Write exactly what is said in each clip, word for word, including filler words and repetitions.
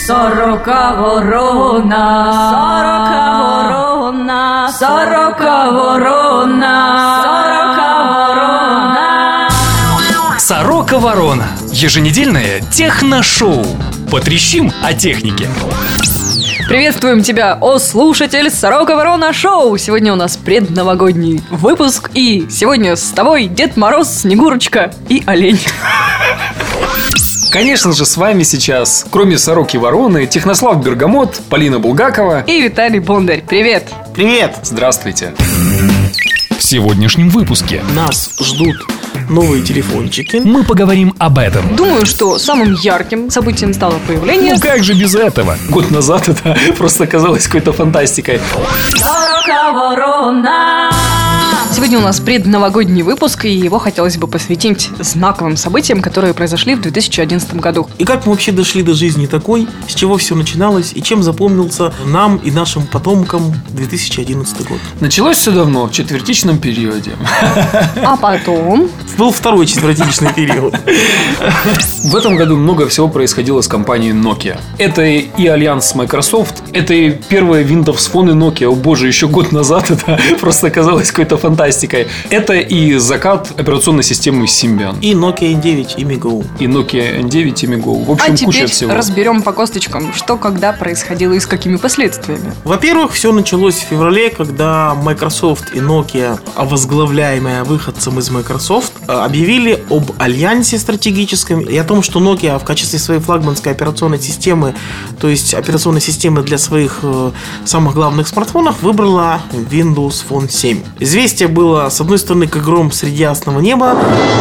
Сорока ворона, сорока ворона, сорока ворона, сорока ворона. Сорока ворона. Еженедельное техношоу. Потрещим о технике. Приветствуем тебя, о слушатель Сорока Ворона Шоу! Сегодня у нас предновогодний выпуск, и сегодня с тобой Дед Мороз, Снегурочка и олень. Конечно же, с вами сейчас, кроме Сороки Вороны, Технослав Бергамот, Полина Булгакова и Виталий Бондарь. Привет! Привет! Здравствуйте! В сегодняшнем выпуске нас ждут новые телефончики. Мы поговорим об этом. Думаю, что самым ярким событием стало появление... Ну как же без этого? Год назад это просто казалось какой-то фантастикой. Сорока ворона. Сегодня у нас предновогодний выпуск, и его хотелось бы посвятить знаковым событиям, которые произошли в две тысячи одиннадцатом году. И как мы вообще дошли до жизни такой, с чего все начиналось, и чем запомнился нам и нашим потомкам две тысячи одиннадцатый год. Началось все давно, в четвертичном периоде. А потом... Был второй четвертичный период. В этом году много всего происходило с компанией Nokia. Это и альянс с Microsoft, это и первые Windows Phone Nokia. О боже, еще год назад это просто казалось какой-то фантастикой. Это и закат операционной системы Symbian. И Nokia эн девять, и Migo. И Nokia эн девять, и Migo. В общем, а куча всего. теперь разберем по косточкам, что когда происходило и с какими последствиями. Во-первых, все началось в феврале, когда Microsoft и Nokia, возглавляемая выходцем из Microsoft, объявили об альянсе стратегическом и о том, что Nokia в качестве своей флагманской операционной системы, то есть операционной системы для своих э, самых главных смартфонов, выбрала Windows Phone семь. Известие было, с одной стороны, как гром среди ясного неба,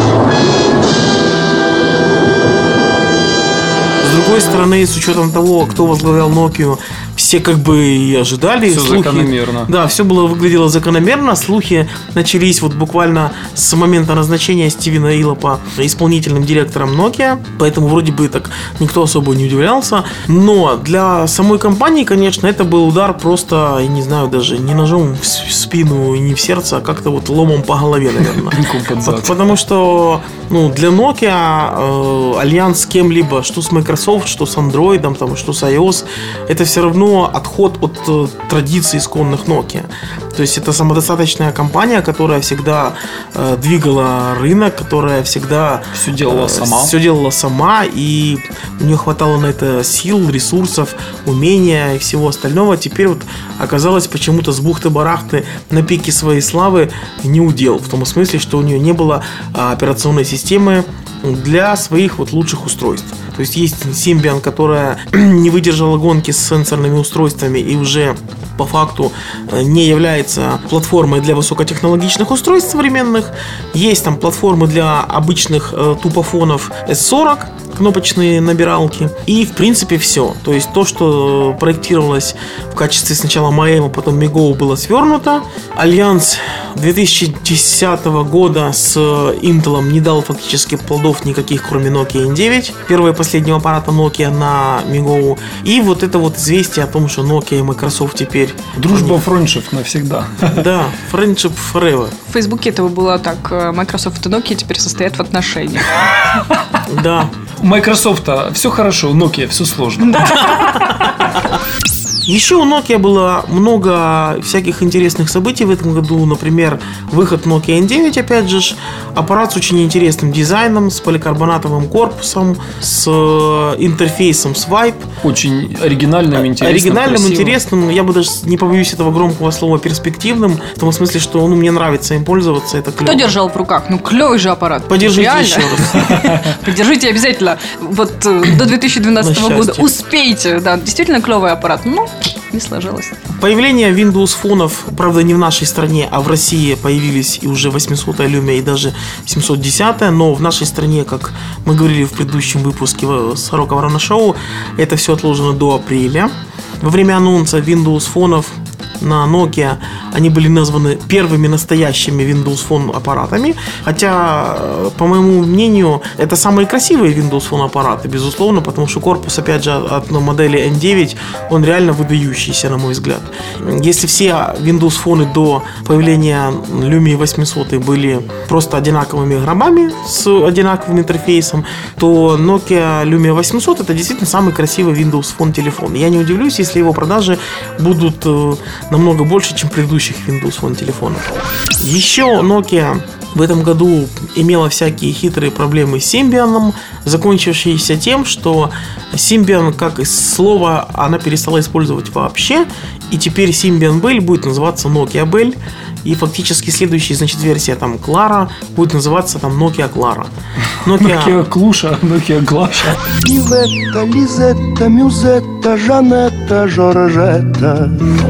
с другой стороны, с учетом того, кто возглавлял Nokia, все как бы и ожидали. Все слухи, закономерно. Да, все было выглядело закономерно. Слухи начались вот буквально с момента назначения Стивена Илопа исполнительным директором Nokia. Поэтому вроде бы так никто особо не удивлялся. Но для самой компании, конечно, это был удар просто, я не знаю, даже не ножом в спину и не в сердце, а как-то вот ломом по голове, наверное. Потому что ну, для Nokia э, альянс с кем-либо, что с Microsoft, что с Android, там, что с iOS, это все равно отход от э, традиций исконных Nokia. То есть это самодостаточная компания, которая всегда э, двигала рынок, которая всегда все делала э, сама. Все делала сама, и у нее хватало на это сил, ресурсов, умения и всего остального. Теперь вот оказалось почему-то с бухты-барахты на пике своей славы не удел. В том смысле, что у нее не было э, операционной системы для своих вот лучших устройств. То есть есть Symbian, которая не выдержала гонки с сенсорными устройствами и уже по факту не является платформой для высокотехнологичных устройств современных. Есть там платформы для обычных э, тупофонов эс сорок, кнопочные набиралки. И в принципе все. То есть то, что проектировалось в качестве сначала Маэма, потом Migo, было свернуто. Альянс две тысячи десятого года с Intel не дал фактически плодов никаких, кроме Nokia эн девять, первого и последнего аппарата Nokia на Migo. И вот это вот известие о том, что Nokia и Microsoft теперь... Дружба, френдшип навсегда. Да, friendship forever. В Фейсбуке этого было так. Microsoft и Nokia теперь состоят в отношениях. Да. Microsoft все хорошо, Nokia все сложно. Еще у Nokia было много всяких интересных событий в этом году. Например, выход Nokia эн девять, опять же, аппарат с очень интересным дизайном, с поликарбонатовым корпусом, с интерфейсом Swipe. Очень оригинальным, интересным, Оригинальным, красивым. интересным. Я бы даже не побоюсь этого громкого слова, перспективным. В том смысле, что ну, мне нравится им пользоваться. Это клево. Кто держал в руках? Ну, клевый же аппарат. Подержите Реально. еще раз. Подержите обязательно. Вот э, до две тысячи двенадцатого года успейте. Да, действительно клевый аппарат. Ну, не сложилось. Появление Windows фонов, правда, не в нашей стране, а в России появились и уже восьмисотая Lumia, и даже семьсот десятая, но в нашей стране, как мы говорили в предыдущем выпуске Сорока Ворона Шоу, это все отложено до апреля. Во время анонса Windows фонов на Nokia, они были названы первыми настоящими Windows Phone аппаратами. Хотя, по моему мнению, это самые красивые Windows Phone аппараты, безусловно, потому что корпус, опять же, от модели эн девять, он реально выдающийся, на мой взгляд. Если все Windows Phone до появления Lumia восемьсот были просто одинаковыми гробами с одинаковым интерфейсом, то Nokia Lumia восемьсот это действительно самый красивый Windows Phone телефон. Я не удивлюсь, если его продажи будут намного больше, чем предыдущих Windows Phone телефонов. Еще Nokia в этом году имела всякие хитрые проблемы с Symbian, закончившиеся тем, что Symbian как слово она перестала использовать вообще, и теперь Symbian Bell будет называться Nokia Bell, и фактически следующая, значит, версия там Clara будет называться там Nokia Clara. Nokia, Nokia Клуша, Nokia Глаша. Ивета, Лизетта, Мюзетта, Жанетта, Жоржетта.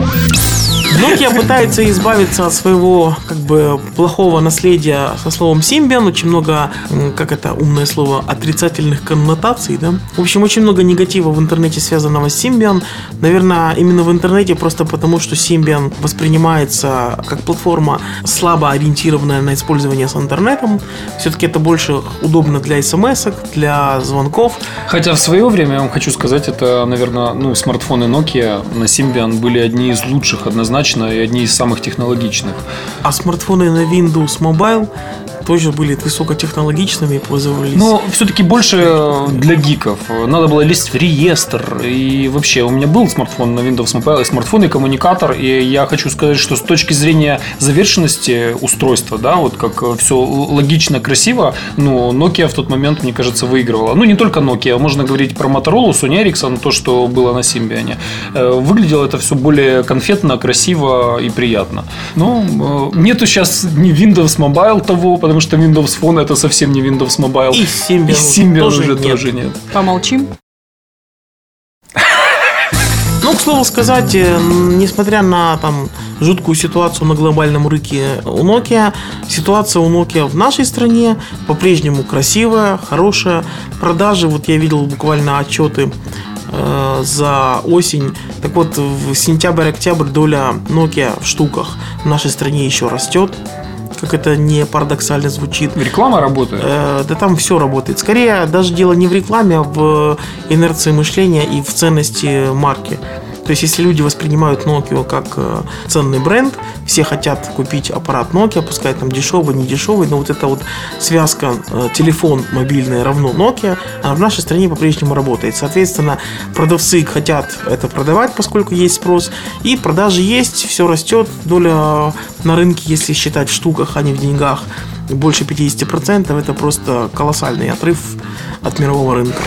Nokia пытается избавиться от своего как бы плохого наследия со словом Symbian. Очень много, как это умное слово, отрицательных коннотаций, да? В общем, очень много негатива в интернете, связанного с Symbian. Наверное, именно в интернете, просто потому, что Symbian воспринимается как платформа, слабо ориентированная на использование с интернетом. Все-таки это больше удобно для смс-ок, для звонков. Хотя в свое время, я вам хочу сказать, это, наверное, ну, смартфоны Nokia на Symbian были одни из лучших однозначно и одни из самых технологичных. А смартфоны на Windows Mobile тоже были высокотехнологичными и пользовались. Но все-таки больше для гиков. Надо было лезть в реестр. И вообще, у меня был смартфон на Windows Mobile, и смартфон, и коммуникатор. И я хочу сказать, что с точки зрения завершенности устройства, да, вот как все логично, красиво, ну, Nokia в тот момент, мне кажется, выигрывала. Ну, не только Nokia, можно говорить про Motorola, Sony Ericsson, то, что было на Symbian. Выглядело это все более конфетно, красиво и приятно. Но нету сейчас ни Windows Mobile того, потому что Windows Phone это совсем не Windows Mobile. И Symbian, и Symbian тоже, уже нет. тоже нет. Помолчим. Ну, к слову сказать, несмотря на там жуткую ситуацию на глобальном рынке у Nokia, ситуация у Nokia в нашей стране по-прежнему красивая, хорошая. Продажи, вот я видел буквально отчеты э, за осень. Так вот, в сентябрь-октябрь доля Nokia в штуках в нашей стране еще растет. Как это не парадоксально звучит. Реклама работает? Э, да там все работает. Скорее, даже дело не в рекламе, а в инерции мышления и в ценности марки. То есть, если люди воспринимают Nokia как э, ценный бренд, все хотят купить аппарат Nokia, пускай там дешевый, не дешевый, но вот эта вот связка э, телефон мобильный равно Nokia, она в нашей стране по-прежнему работает. Соответственно, продавцы хотят это продавать, поскольку есть спрос, и продажи есть, все растет, доля на рынке, если считать в штуках, а не в деньгах, больше пятьдесят процентов, это просто колоссальный отрыв от мирового рынка.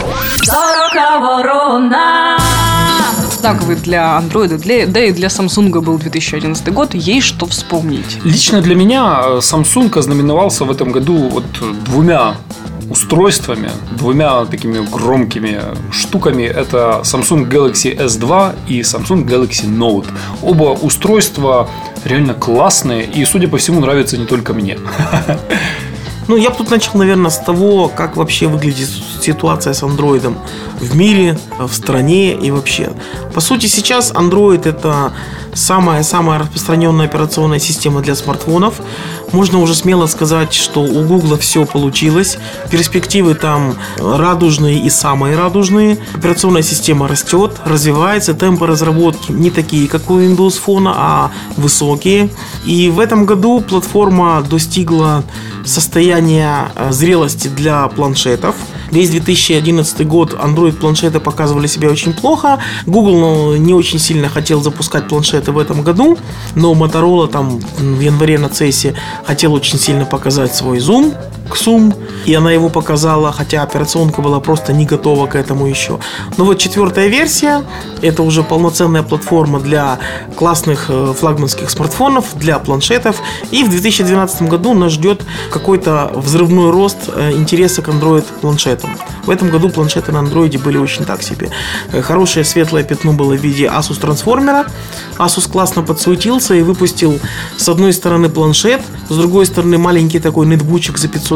Знаковый для Android, для, да и для Samsung был две тысячи одиннадцатый год. Есть что вспомнить. Лично для меня Samsung ознаменовался в этом году вот двумя устройствами, двумя такими громкими штуками. Это Samsung Galaxy эс два и Samsung Galaxy Note. Оба устройства реально классные и, судя по всему, нравятся не только мне. Ну, я бы тут начал, наверное, с того, как вообще выглядит ситуация с Android в мире, в стране и вообще. По сути, сейчас Android – это самая-самая распространенная операционная система для смартфонов. Можно уже смело сказать, что у Google все получилось. Перспективы там радужные и самые радужные. Операционная система растет, развивается. Темпы разработки не такие, как у Windows Phone, а высокие. И в этом году платформа достигла состояния зрелости для планшетов. Весь две тысячи одиннадцатый год Android-планшеты показывали себя очень плохо. Google ну, не очень сильно хотел запускать планшеты в этом году, но Motorola там в январе на цессе хотел очень сильно показать свой Zoom, Zoom, и она его показала, хотя операционка была просто не готова к этому еще. Но вот четвертая версия, это уже полноценная платформа для классных флагманских смартфонов, для планшетов, и в две тысячи двенадцатом году нас ждет какой-то взрывной рост интереса к Android-планшетам. В этом году планшеты на Android были очень так себе. Хорошее светлое пятно было в виде Asus трансформера. Asus классно подсуетился и выпустил с одной стороны планшет, с другой стороны маленький такой нетбучик за пятьсот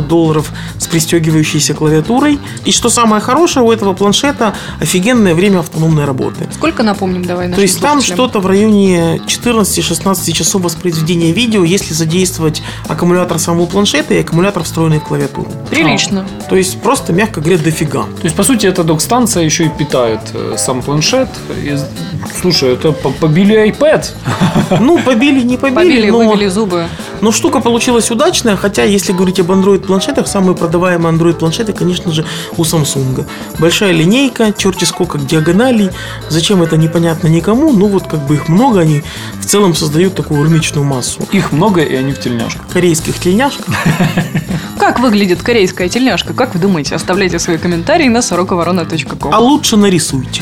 восемьсот долларов с пристегивающейся клавиатурой. И что самое хорошее, у этого планшета офигенное время автономной работы. Сколько, напомним, давай нашим То есть там слушателям? что-то в районе четырнадцать-шестнадцать часов воспроизведения видео, если задействовать аккумулятор самого планшета и аккумулятор, встроенный в клавиатуру. Прилично. То есть просто, мягко говоря, дофига. То есть, по сути, эта док-станция еще и питает э, сам планшет. И, слушай, это по- побили iPad. Ну, побили, не побили, Побили, но... выбили зубы. Но штука получилась удачная, хотя, если говорить об Android-планшетах, самые продаваемые Android-планшеты, конечно же, у Samsung. Большая линейка, черти сколько диагоналей. Зачем это непонятно никому, ну вот как бы их много, они в целом создают такую рыночную массу. Их много, и они в тельняшках. Корейских тельняшках. Как выглядит корейская тельняшка? Как вы думаете? Оставляйте свои комментарии на сороковарона точка ком. А лучше нарисуйте.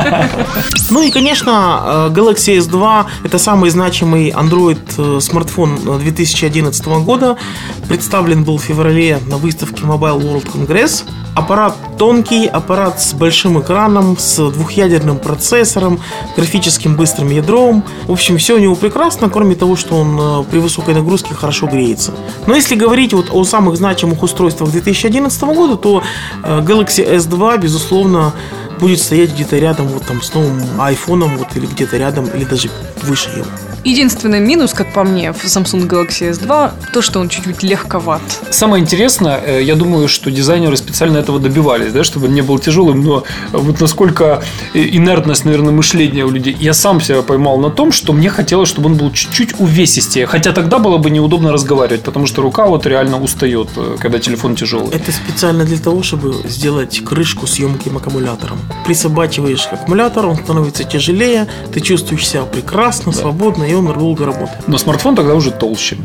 Ну и, конечно, Galaxy эс два – это самый значимый Android смартфон две тысячи одиннадцатого года. Представлен был в феврале на выставке Mobile World Congress. Аппарат тонкий, аппарат с большим экраном, с двухъядерным процессором, графическим быстрым ядром. В общем, все у него прекрасно, кроме того, что он при высокой нагрузке хорошо греется. Но если говорить вот о самых значимых устройствах две тысячи одиннадцатого года, то Galaxy эс два, безусловно, будет стоять где-то рядом вот там с новым айфоном, вот, или где-то рядом, или даже выше его. Единственный минус, как по мне, в Samsung Galaxy эс два, то, что он чуть-чуть легковат. Самое интересное, э, я думаю, что дизайнеры специально этого добивались, да, чтобы он не был тяжелым, но вот насколько инертность, наверное, мышления у людей. Я сам себя поймал на том, что мне хотелось, чтобы он был чуть-чуть увесистее. Хотя тогда было бы неудобно разговаривать, потому что рука вот реально устает, когда телефон тяжелый. Это специально для того, чтобы сделать крышку с емким аккумулятором. Присобачиваешь аккумулятор, он становится тяжелее, ты чувствуешь себя прекрасно, Да. свободно, и он долго работает. Но смартфон тогда уже толще.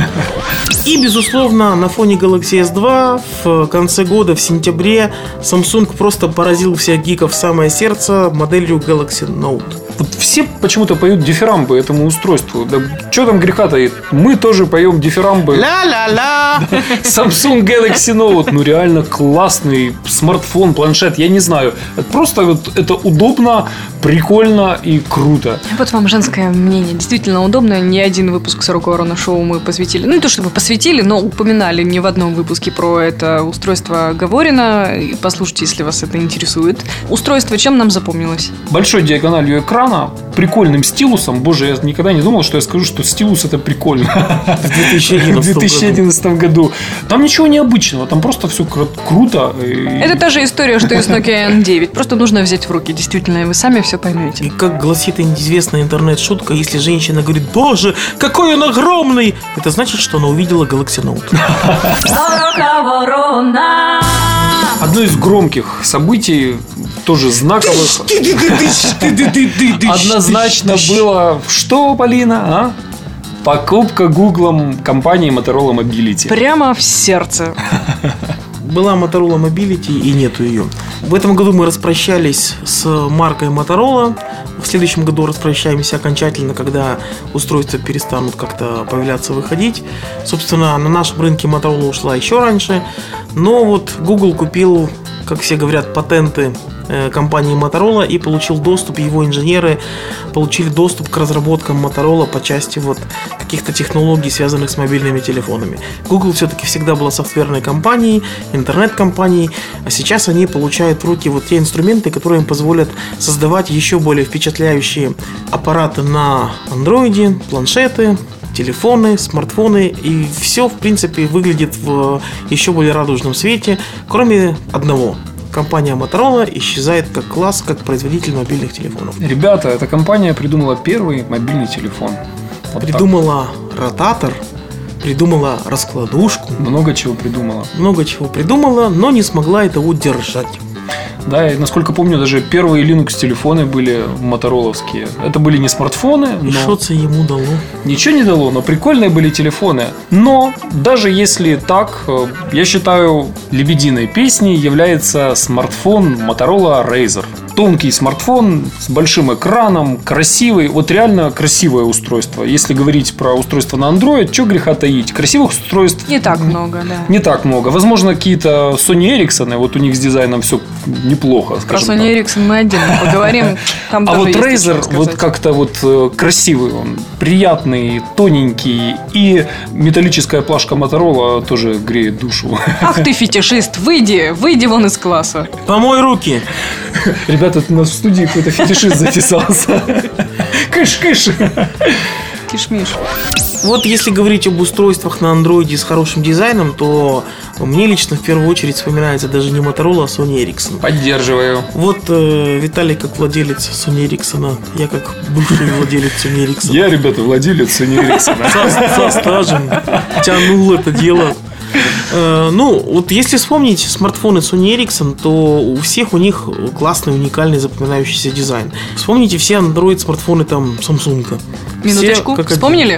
И, безусловно, на фоне Galaxy эс два в конце года, в сентябре, Samsung просто поразил всех гиков в самое сердце моделью Galaxy Note. Вот все почему-то поют дифирамбы этому устройству. Да что там греха таит? Мы тоже поем дифирамбы. Ля-ля-ля! Samsung Galaxy Note, ну реально классный смартфон, планшет, я не знаю. Это просто вот это удобно, прикольно и круто. Вот вам женское мнение. Действительно удобно. Не один выпуск сорока ворона шоу мы посвятили. Ну, не то чтобы посвятили, но упоминали не в одном выпуске про это устройство Говорина. И послушайте, если вас это интересует. Устройство чем нам запомнилось? Большой диагональю экрана, прикольным стилусом. Боже, я никогда не думал, что я скажу, что стилус это прикольно. В две тысячи одиннадцатом В две тысячи одиннадцатом году. Там ничего необычного, там просто все круто. Это та же история, что и с Nokia эн девять. Просто нужно взять в руки. Действительно, и вы сами все поймете. И как гласит известная интернет-шутка, если женщина говорит: «Боже, какой он огромный!» это значит, что она увидела Galaxy Note. Сорока ворона. Одно из громких событий, тоже знаковых, однозначно было... Что, Полина, а? Покупка Гуглом компании Motorola Mobility. Прямо в сердце. Была Motorola Mobility и нету ее. В этом году мы распрощались с маркой Motorola. В следующем году распрощаемся окончательно, когда устройства перестанут как-то появляться, выходить. Собственно, на нашем рынке Motorola ушла еще раньше. Но вот Google купил, как все говорят, патенты компании Motorola и получил доступ, его инженеры получили доступ к разработкам Motorola по части вот каких-то технологий, связанных с мобильными телефонами. Google все-таки всегда была софтверной компанией, интернет-компанией, а сейчас они получают в руки вот те инструменты, которые им позволят создавать еще более впечатляющие аппараты на андроиде, планшеты, телефоны, смартфоны, и все, в принципе, выглядит в еще более радужном свете, кроме одного. Компания Motorola исчезает как класс, как производитель мобильных телефонов. Ребята, эта компания придумала первый мобильный телефон. Вот Придумала ротатор, придумала раскладушку, так. Много чего придумала. много чего придумала, но не смогла это удержать. Да, и насколько помню, даже первые Linux-телефоны были мотороловские. Это были не смартфоны, И но... что-то ему дало. Ничего не дало, но прикольные были телефоны. Но даже если так, я считаю, лебединой песней является смартфон Motorola Razr. тонкий смартфон с большим экраном, красивый. Вот реально красивое устройство. Если говорить про устройство на Android, что греха таить? Красивых устройств Не так много, да. не так много. Возможно, какие-то Sony Ericsson, вот у них с дизайном все неплохо. Про Sony Ericsson мы отдельно поговорим. Там а тоже вот есть о чем Razer вот сказать. как-то вот красивый он, приятный, тоненький. И металлическая плашка Motorola тоже греет душу. Ах ты фетишист, выйди, выйди вон из класса. Помой руки. Ребята, у нас в студии какой-то фетишист записался. Кыш-кыш. Кишмиш. Вот если говорить об устройствах на андроиде с хорошим дизайном, то мне лично в первую очередь вспоминается даже не Motorola, а Sony Ericsson. Поддерживаю. Вот э, Виталий как владелец Sony Ericsson, я как бывший владелец Sony Ericsson. Я, ребята, владелец Sony Ericsson. Со, со стажем тянул это дело. Э, ну, вот если вспомнить смартфоны Sony Ericsson, то у всех у них классный, уникальный, запоминающийся дизайн. Вспомните все Android смартфоны там Samsung. Минуточку, Все как один. вспомнили?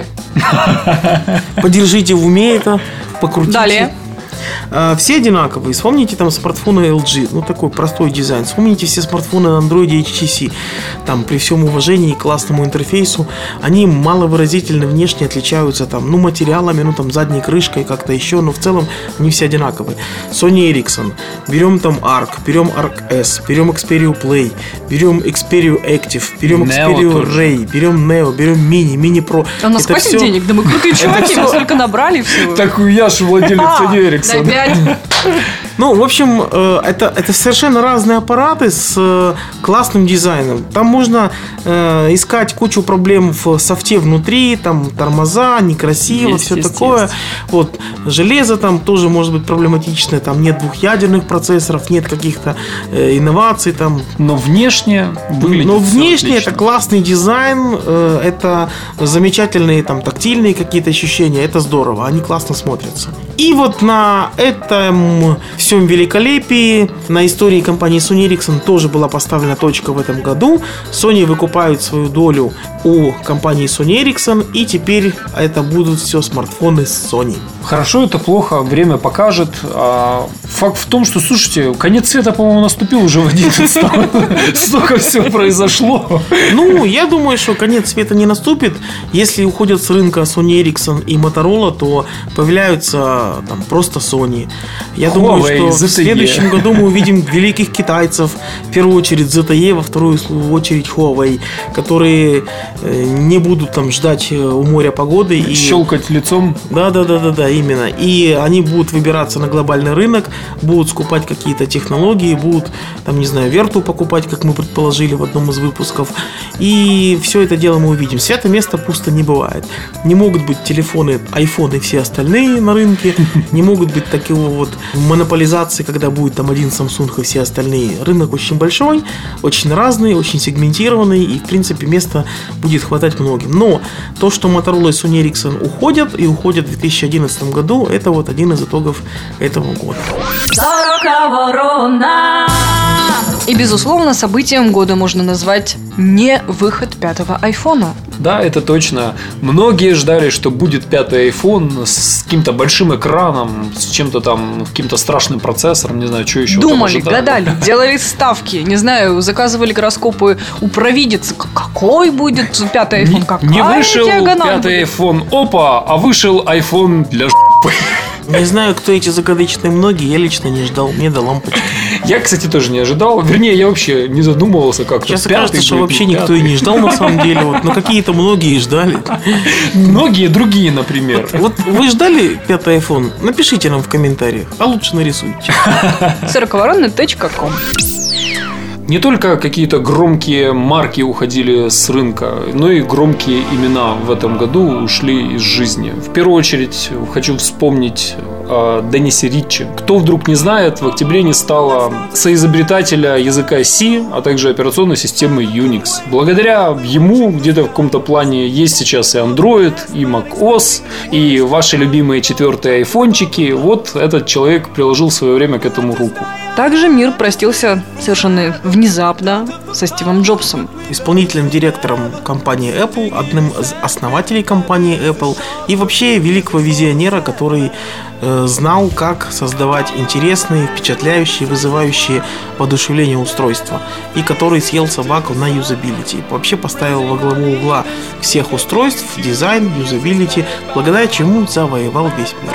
Подержите в уме это, покрутите. Далее. А, Все одинаковые. Вспомните там смартфоны эл джи. Ну, такой простой дизайн. Вспомните все смартфоны на Android эйч ти си. Там, при всем уважении к классному интерфейсу, они маловыразительно внешне отличаются там, ну, материалами, ну, там, задней крышкой, как-то еще, но в целом они все одинаковые. Sony Ericsson. Берем там Arc, берем Arc S, берем Xperia Play, берем Xperia Active, берем Neo Xperia тоже. Ray, берем Neo, берем Mini, Mini Pro. А у нас Это хватит всё- денег? Да мы крутые чуваки, мы столько набрали всего. Так я же владелец Sony Ericsson. Да, опять. Ну, в общем, э, это, это совершенно разные аппараты с э, классным дизайном. Там можно э, искать кучу проблем в софте внутри, там тормоза, некрасиво, Есть, все есть, такое. есть. Вот, железо там тоже может быть проблематичное, там нет двухъядерных процессоров, нет каких-то э, инноваций там. Но внешне выглядит Но всё внешне отлично. это классный дизайн, э, это замечательные там тактильные какие-то ощущения, это здорово, они классно смотрятся. И вот на этом всем великолепии, на истории компании Sony Ericsson тоже была поставлена точка в этом году. Sony выкупают свою долю у компании Sony Ericsson, и теперь это будут все смартфоны с Sony. Хорошо это плохо, время покажет. А факт в том, что, слушайте, конец света, по-моему, наступил уже в одиннадцатом. Столько всего произошло. Ну, я думаю, что конец света не наступит. Если уходят с рынка Sony Ericsson и Motorola, то появляются там просто Sony. Я думаю, Huawei, что в зет те и. следующем году мы увидим великих китайцев. В первую очередь зет те и, во вторую очередь Huawei, которые э, не будут там ждать э, у моря погоды. И... Щелкать лицом. Да, да, да, да, да, именно. И они будут выбираться на глобальный рынок, будут скупать какие-то технологии, будут, там, не знаю, верту покупать, как мы предположили в одном из выпусков. И все это дело мы увидим. Свято место пусто не бывает. Не могут быть телефоны, айфоны и все остальные на рынке. Не могут быть такого вот монополизации, когда будет там один Samsung и все остальные. Рынок очень большой, очень разный, очень сегментированный, и, в принципе, места будет хватать многим. Но то, что Motorola и Sony Ericsson уходят, и уходят в две тысячи одиннадцатом году, это вот один из итогов этого года. Сорока ворона. И, безусловно, событием года можно назвать не выход пятого айфона. Да, это точно. Многие ждали, что будет пятый iPhone с каким-то большим экраном, с чем-то там, каким-то страшным процессором, не знаю, что еще. Думали, гадали, делали ставки, не знаю, заказывали гороскопы у провидиц. К- Какой будет пятый айфон? Какая Не вышел диагональ пятый будет? iPhone, опа, а вышел iPhone для жопы. Не знаю, кто эти загадочные многие, я лично не ждал, мне до лампочки. Я, кстати, тоже не ожидал. Вернее, я вообще не задумывался как-то. Сейчас Пятый кажется, что будет, вообще не никто и пятый. не ждал на самом деле, вот, но какие-то многие ждали. Многие другие, например. Вот вы ждали пятый iPhone? Напишите нам в комментариях, а лучше нарисуйте. сороковоронный точка ком. Не только какие-то громкие марки уходили с рынка, но и громкие имена в этом году ушли из жизни. В первую очередь хочу вспомнить о Деннисе Ритчи. Кто вдруг не знает, в октябре не стало соизобретателя языка C, а также операционной системы Unix. Благодаря ему где-то в каком-то плане есть сейчас и Android, и macOS, и ваши любимые четвертые айфончики. Вот этот человек приложил в свое время к этому руку. также мир простился совершенно внезапно со Стивом Джобсом. Исполнительным директором компании Apple, одним из основателей компании Apple и вообще великого визионера, который э, знал, как создавать интересные, впечатляющие, вызывающие воодушевление устройства, и который съел собаку на юзабилити. Вообще поставил во главу угла всех устройств дизайн, юзабилити, благодаря чему завоевал весь мир.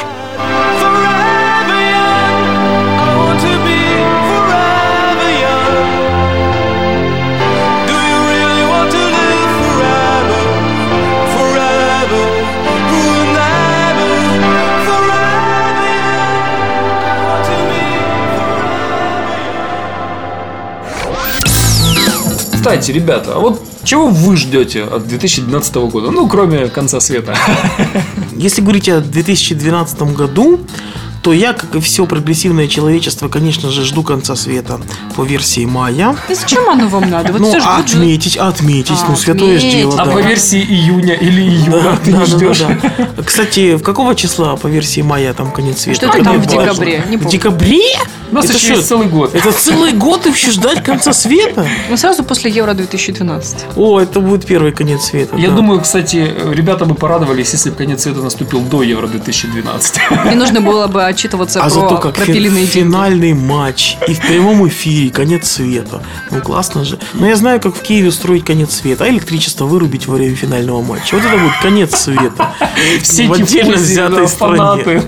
Кстати, ребята, а вот чего вы ждете от две тысячи двенадцатого года? Ну, кроме конца света. Если говорить о две тысячи двенадцатом году, то я, как и все прогрессивное человечество, конечно же, жду конца света по версии мая. И зачем оно вам надо? Вот ну, все ждут же. отметить, отметить, А, ну, святое ж отметить. дело. А да. по версии июня или июля Да, ты да, не да, ждешь? да, да. Кстати, в какого числа по версии мая там конец света? Что это там Не в важно. декабре? Не В помню. декабре? У нас Это еще что? есть целый год. Это целый год еще ждать конца света? Ну, сразу после Евро две тысячи двенадцать. О, это будет первый конец света. Я да. думаю, кстати, ребята бы порадовались, если бы конец света наступил до Евро две тысячи двенадцать. Не нужно было бы отчитываться А про зато как фи- пропиленные деньги. финальный матч и в прямом эфире конец света. Ну классно же. Но я знаю, как в Киеве устроить конец света, а электричество вырубить во время финального матча. Вот это будет конец света. Все в отдельно тифозы, взятой да, стране. фанаты.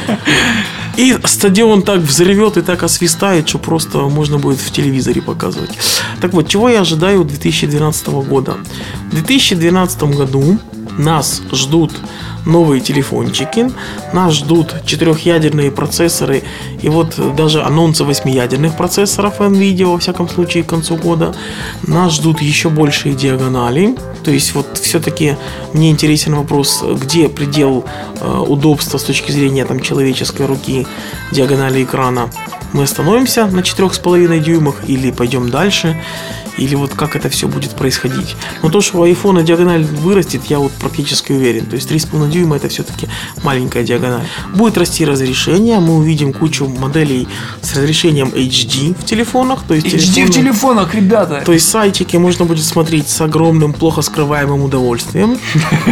И стадион так взрывет и так освистает, что просто можно будет в телевизоре показывать. Так вот, чего я ожидаю две тысячи двенадцатого года? В две тысячи двенадцатом году нас ждут новые телефончики, нас ждут четырехъядерные процессоры и вот даже анонсы восьмиядерных процессоров NVIDIA, во всяком случае, к концу года. Нас ждут еще большие диагонали. То есть вот все-таки мне интересен вопрос, где предел э, удобства с точки зрения там, человеческой руки диагонали экрана. Мы остановимся на четырех с половиной дюймах или пойдем дальше, или вот как это все будет происходить. Но то, что у айфона диагональ вырастет, я вот практически уверен. То есть три с половиной дюйма это все-таки маленькая диагональ. Будет расти разрешение, мы увидим кучу моделей с разрешением эйч ди в телефонах. То есть эйч ди в телефоны- телефонах, ребята. То есть сайтики можно будет смотреть с огромным, плохо скрываемым удовольствием.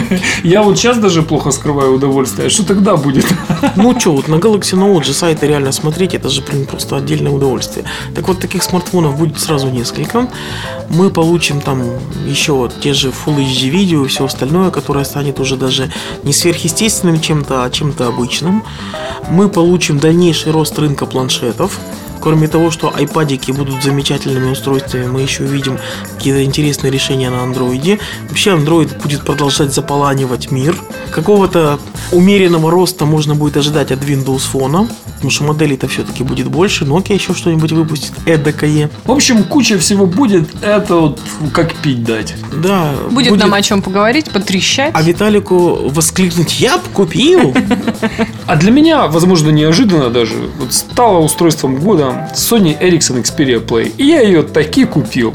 Я вот сейчас даже плохо скрываю удовольствие. Что тогда будет? Ну что, вот на Galaxy Note же сайты реально смотреть, это же, блин, просто отдельное удовольствие. Так вот, таких смартфонов будет сразу несколько. Мы получим там еще вот те же Full эйч ди видео и все остальное, которое станет уже даже не сверхъестественным чем-то, а чем-то обычным. Мы получим дальнейший рост рынка планшетов. Кроме того, что айпадики будут замечательными устройствами, мы еще увидим какие-то интересные решения на андроиде. Вообще Android будет продолжать заполанивать мир. Какого-то умеренного роста можно будет ожидать от Windows Phone, потому что моделей-то все-таки будет больше. Nokia еще что-нибудь выпустит эдакое. В общем, куча всего будет. Это вот как пить дать. Да, Будет, нам о чем поговорить, потрещать. А Виталику воскликнуть: я б купил! А для меня, возможно, неожиданно даже, вот стало устройством года Sony Ericsson Xperia Play. И я ее таки купил.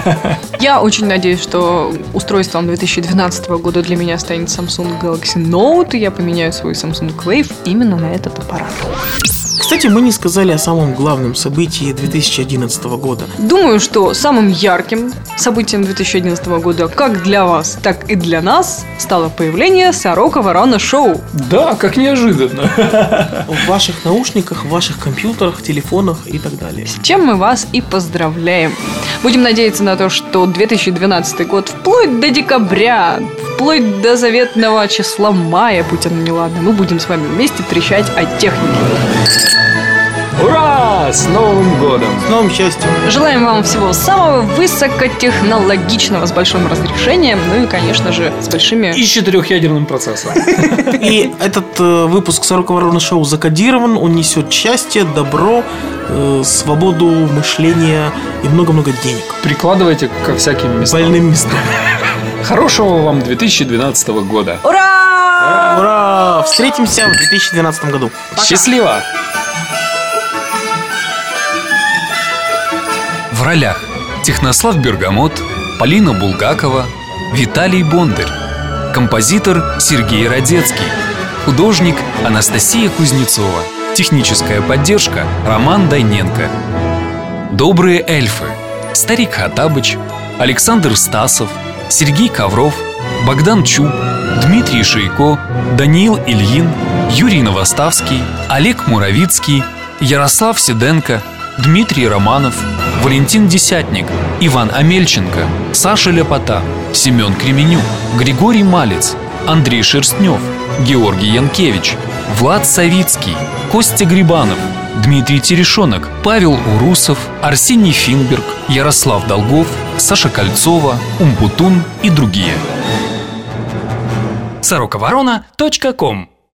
Я очень надеюсь, что устройством две тысячи двенадцатого года для меня станет Samsung Galaxy Note, и я поменяю свой Samsung Wave именно на этот аппарат. Кстати, мы не сказали о самом главном событии две тысячи одиннадцатого года. Думаю, что самым ярким событием две тысячи одиннадцатого года как для вас, так и для нас стало появление Сорока Ворона Шоу. Да, как неожиданно. В ваших наушниках, в ваших компьютерах, телефонах и так далее. С чем мы вас и поздравляем. Будем надеяться на то, что две тысячи двенадцатый год вплоть до декабря, вплоть до заветного числа мая, будь оно неладно, мы будем с вами вместе трещать о технике. Ура! С Новым годом! С новым счастьем! Желаем вам всего самого высокотехнологичного с большим разрешением, ну и, конечно же, с большими... И с четырехъядерным процессором. И этот э, выпуск Сорока Ворона Шоу закодирован, он несет счастье, добро, э, свободу мышления и много-много денег. Прикладывайте ко всяким местам. Больным местам. Хорошего вам две тысячи двенадцатого года. Ура! Ура! Встретимся в две тысячи двенадцатом году. Счастливо! В ролях Технослав Бергамот, Полина Булгакова, Виталий Бондарь, композитор Сергей Радецкий, художник Анастасия Кузнецова, техническая поддержка Роман Дайненко. добрые эльфы Старик Хаттабыч, Александр Стасов, Сергей Ковров, Богдан Чуб, Дмитрий Шейко, Даниил Ильин, Юрий Новоставский, Олег Муравицкий, Ярослав Седенко, Дмитрий Романов, Валентин Десятник, Иван Амельченко, Саша Ляпота, Семен Кременюк, Григорий Малец, Андрей Шерстнев, Георгий Янкевич, Влад Савицкий, Костя Грибанов, Дмитрий Терешонок, Павел Урусов, Арсений Финберг, Ярослав Долгов, Саша Кольцова, Умпутун и другие. сорока ворона точка ком